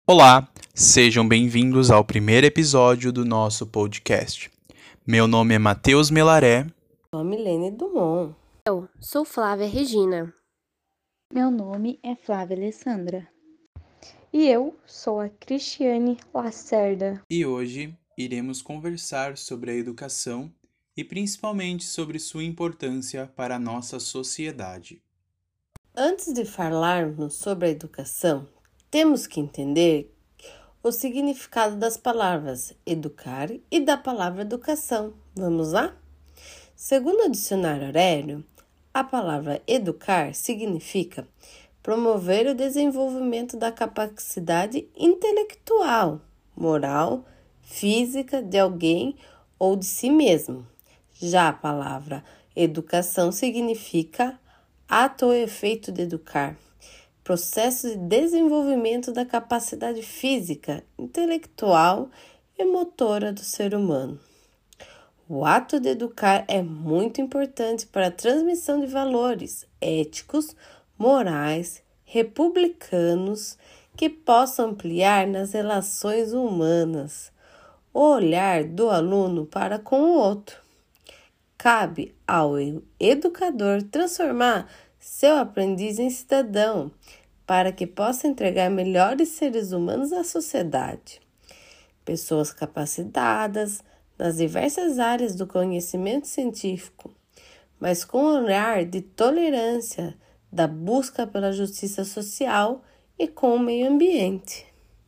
Olá, sejam bem-vindos ao primeiro episódio do nosso podcast. Meu nome é Matheus Melaré. Sou a Milene Dumont. Eu sou Flávia Regina. Meu nome é Flávia Alessandra. E eu sou a Cristiane Lacerda. E hoje iremos conversar sobre a educação e principalmente sobre sua importância para a nossa sociedade. Antes de falarmos sobre a educação, temos que entender o significado das palavras educar e da palavra educação. Vamos lá? Segundo o dicionário Aurélio, a palavra educar significa promover o desenvolvimento da capacidade intelectual, moral, física de alguém ou de si mesmo. Já a palavra educação significa ato ou efeito de educar, processo de desenvolvimento da capacidade física, intelectual e motora do ser humano. O ato de educar é muito importante para a transmissão de valores éticos, morais, republicanos que possam ampliar nas relações humanas o olhar do aluno para com o outro. Cabe ao educador transformar seu aprendiz em cidadão para que possa entregar melhores seres humanos à sociedade. Pessoas capacitadas nas diversas áreas do conhecimento científico, mas com um olhar de tolerância, da busca pela justiça social e com o meio ambiente.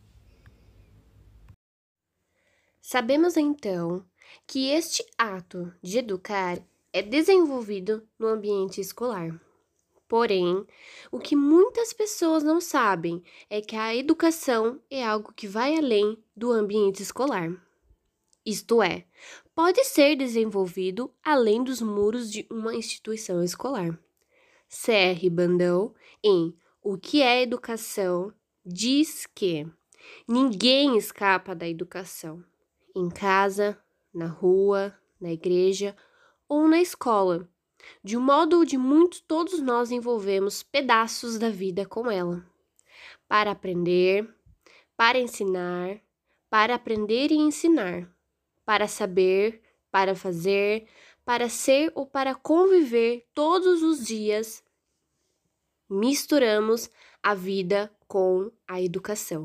Sabemos então que este ato de educar é desenvolvido no ambiente escolar. Porém, o que muitas pessoas não sabem é que a educação é algo que vai além do ambiente escolar. Isto é, pode ser desenvolvido além dos muros de uma instituição escolar. C.R. Bandão, em O que é Educação, diz que ninguém escapa da educação. Em casa, na rua, na igreja ou na escola. De um modo ou de muito, todos nós envolvemos pedaços da vida com ela. Para aprender, para ensinar, para aprender e ensinar, para saber, para fazer, para ser ou para conviver todos os dias, misturamos a vida com a educação.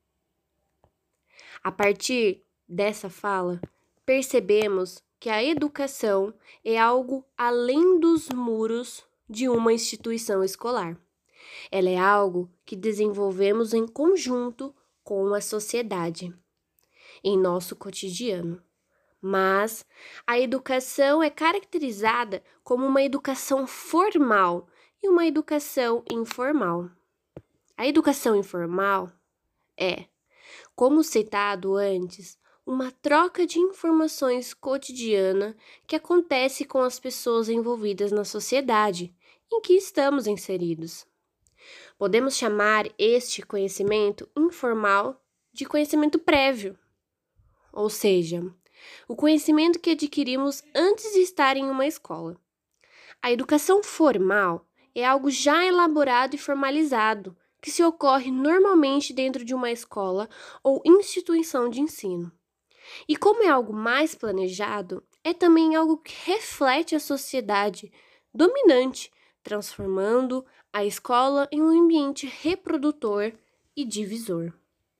A partir dessa fala, percebemos que a educação é algo além dos muros de uma instituição escolar. Ela é algo que desenvolvemos em conjunto com a sociedade, em nosso cotidiano. Mas a educação é caracterizada como uma educação formal e uma educação informal. A educação informal é, como citado antes, uma troca de informações cotidiana que acontece com as pessoas envolvidas na sociedade em que estamos inseridos. Podemos chamar este conhecimento informal de conhecimento prévio, ou seja, o conhecimento que adquirimos antes de estar em uma escola. A educação formal é algo já elaborado e formalizado, que se ocorre normalmente dentro de uma escola ou instituição de ensino. E como é algo mais planejado, é também algo que reflete a sociedade dominante, transformando a escola em um ambiente reprodutor e divisor.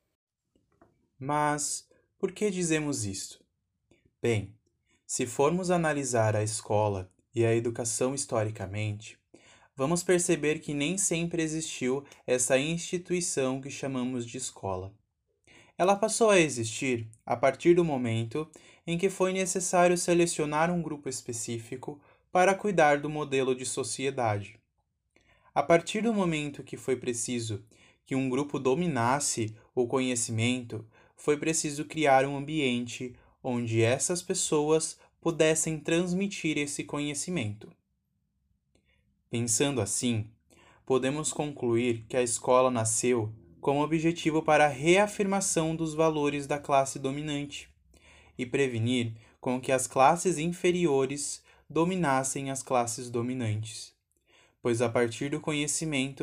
Mas por que dizemos isto? Bem, se formos analisar a escola e a educação historicamente, vamos perceber que nem sempre existiu essa instituição que chamamos de escola. Ela passou a existir a partir do momento em que foi necessário selecionar um grupo específico para cuidar do modelo de sociedade. A partir do momento que foi preciso que um grupo dominasse o conhecimento, foi preciso criar um ambiente onde essas pessoas pudessem transmitir esse conhecimento. Pensando assim, podemos concluir que a escola nasceu com objetivo para a reafirmação dos valores da classe dominante e prevenir com que as classes inferiores dominassem as classes dominantes, pois a partir do conhecimento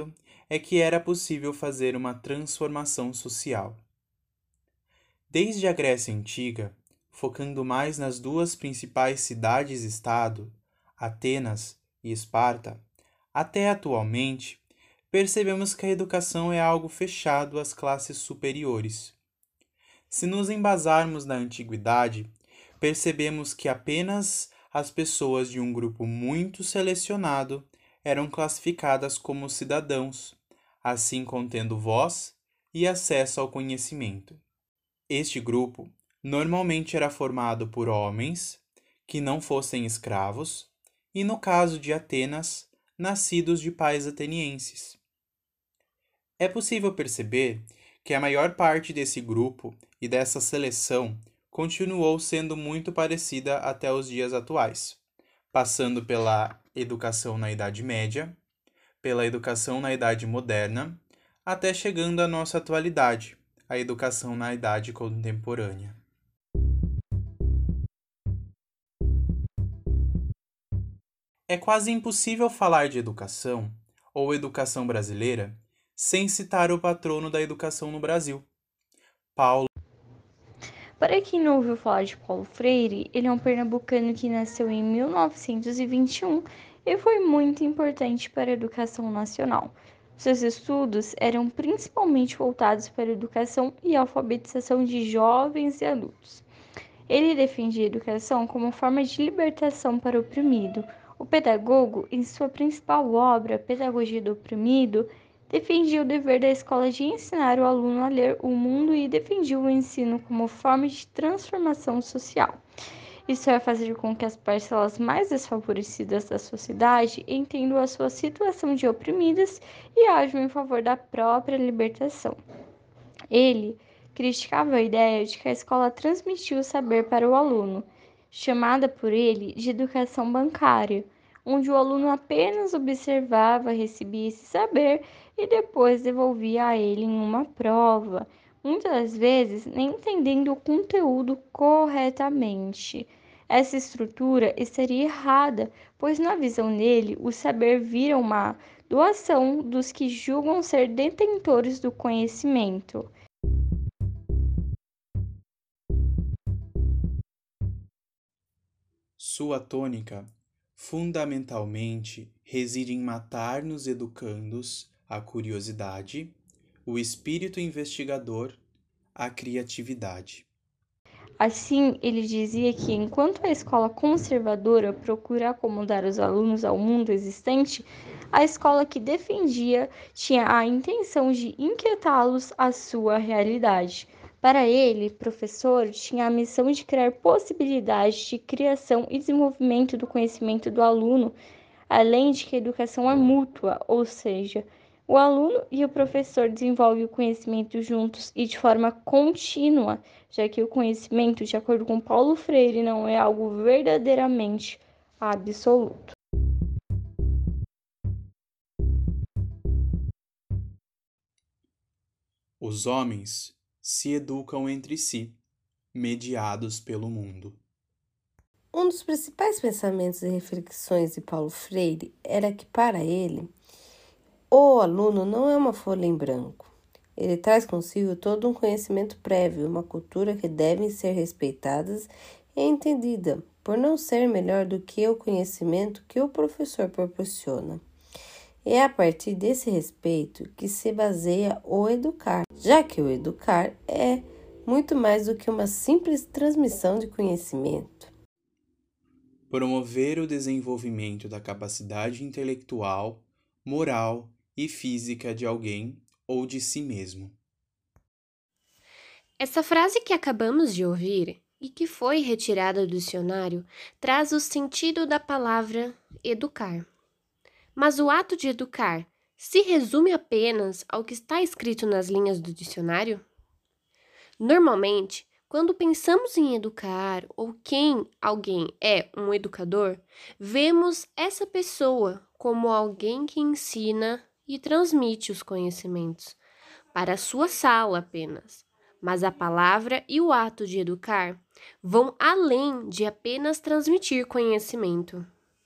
é que era possível fazer uma transformação social. Desde a Grécia Antiga, focando mais nas duas principais cidades-estado, Atenas e Esparta, até atualmente, percebemos que a educação é algo fechado às classes superiores. Se nos embasarmos na antiguidade, percebemos que apenas as pessoas de um grupo muito selecionado eram classificadas como cidadãos, assim contendo voz e acesso ao conhecimento. Este grupo normalmente era formado por homens que não fossem escravos e, no caso de Atenas, nascidos de pais atenienses. É possível perceber que a maior parte desse grupo e dessa seleção continuou sendo muito parecida até os dias atuais, passando pela educação na Idade Média, pela educação na Idade Moderna, até chegando à nossa atualidade, a educação na Idade Contemporânea. É quase impossível falar de educação, ou educação brasileira, sem citar o patrono da educação no Brasil, Paulo. Para quem não ouviu falar de Paulo Freire, ele é um pernambucano que nasceu em 1921 e foi muito importante para a educação nacional. Seus estudos eram principalmente voltados para a educação e alfabetização de jovens e adultos. Ele defendia a educação como forma de libertação para o oprimido. O pedagogo, em sua principal obra, Pedagogia do Oprimido, defendia o dever da escola de ensinar o aluno a ler o mundo e defendia o ensino como forma de transformação social. Isso vai fazer com que as parcelas mais desfavorecidas da sociedade entendam a sua situação de oprimidas e ajam em favor da própria libertação. Ele criticava a ideia de que a escola transmitia o saber para o aluno, chamada por ele de educação bancária, onde o aluno apenas observava, recebia esse saber e depois devolvia a ele em uma prova, muitas vezes nem entendendo o conteúdo corretamente. Essa estrutura estaria errada, pois na visão dele, o saber vira uma doação dos que julgam ser detentores do conhecimento. Sua tônica, fundamentalmente, reside em matar nos educandos a curiosidade, o espírito investigador, a criatividade. Assim, ele dizia que, enquanto a escola conservadora procura acomodar os alunos ao mundo existente, a escola que defendia tinha a intenção de inquietá-los à sua realidade. Para ele, professor, tinha a missão de criar possibilidades de criação e desenvolvimento do conhecimento do aluno, além de que a educação é mútua, ou seja, o aluno e o professor desenvolvem o conhecimento juntos e de forma contínua, já que o conhecimento, de acordo com Paulo Freire, não é algo verdadeiramente absoluto. Os homens se educam entre si, mediados pelo mundo. Um dos principais pensamentos e reflexões de Paulo Freire era que, para ele, o aluno não é uma folha em branco. Ele traz consigo todo um conhecimento prévio, uma cultura que deve ser respeitada e entendida, por não ser melhor do que o conhecimento que o professor proporciona. E é a partir desse respeito que se baseia o educar, já que o educar é muito mais do que uma simples transmissão de conhecimento. Promover o desenvolvimento da capacidade intelectual, moral e física de alguém ou de si mesmo. Essa frase que acabamos de ouvir e que foi retirada do dicionário traz o sentido da palavra educar. Mas o ato de educar se resume apenas ao que está escrito nas linhas do dicionário? Normalmente, quando pensamos em educar ou quem alguém é um educador, vemos essa pessoa como alguém que ensina e transmite os conhecimentos para a sua sala apenas. Mas a palavra e o ato de educar vão além de apenas transmitir conhecimento.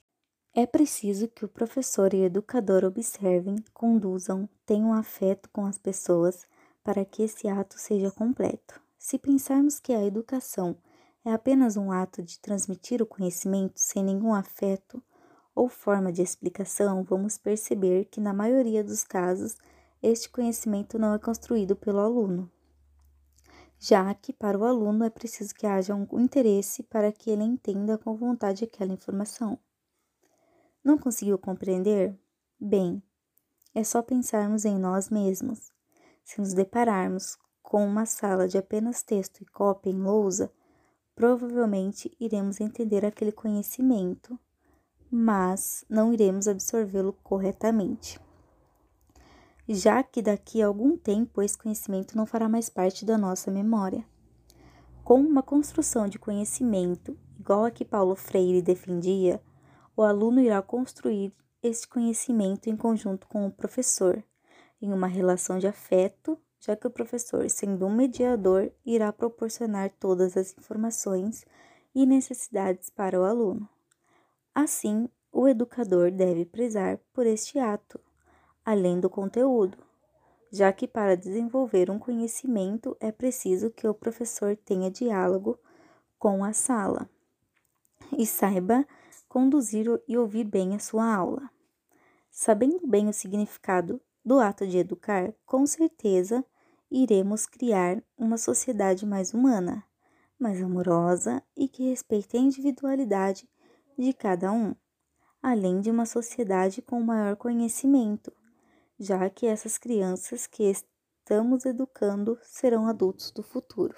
É preciso que o professor e o educador observem, conduzam, tenham afeto com as pessoas para que esse ato seja completo. Se pensarmos que a educação é apenas um ato de transmitir o conhecimento sem nenhum afeto ou forma de explicação, vamos perceber que, na maioria dos casos, este conhecimento não é construído pelo aluno, já que para o aluno é preciso que haja um interesse para que ele entenda com vontade aquela informação. Não conseguiu compreender? Bem, é só pensarmos em nós mesmos. Se nos depararmos com uma sala de apenas texto e cópia em lousa, provavelmente iremos entender aquele conhecimento, mas não iremos absorvê-lo corretamente, já que daqui a algum tempo esse conhecimento não fará mais parte da nossa memória. Com uma construção de conhecimento igual a que Paulo Freire defendia, o aluno irá construir este conhecimento em conjunto com o professor, em uma relação de afeto, já que o professor, sendo um mediador, irá proporcionar todas as informações e necessidades para o aluno. Assim, o educador deve prezar por este ato, além do conteúdo, já que para desenvolver um conhecimento é preciso que o professor tenha diálogo com a sala e saiba conduzir e ouvir bem a sua aula. Sabendo bem o significado do ato de educar, com certeza iremos criar uma sociedade mais humana, mais amorosa e que respeite a individualidade de cada um, além de uma sociedade com maior conhecimento, já que essas crianças que estamos educando serão adultos do futuro.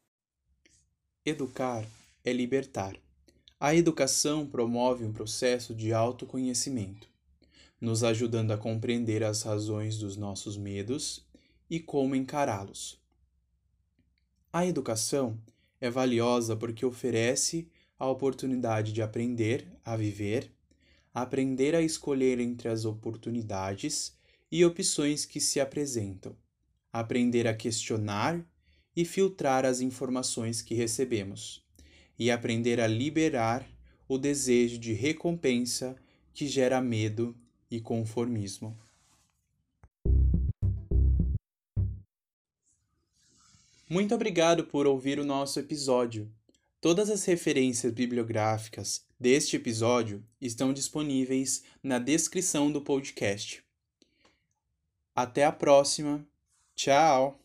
Educar é libertar. A educação promove um processo de autoconhecimento, nos ajudando a compreender as razões dos nossos medos e como encará-los. A educação é valiosa porque oferece a oportunidade de aprender a viver, aprender a escolher entre as oportunidades e opções que se apresentam, aprender a questionar e filtrar as informações que recebemos, e aprender a liberar o desejo de recompensa que gera medo e conformismo. Muito obrigado por ouvir o nosso episódio. Todas as referências bibliográficas deste episódio estão disponíveis na descrição do podcast. Até a próxima. Tchau!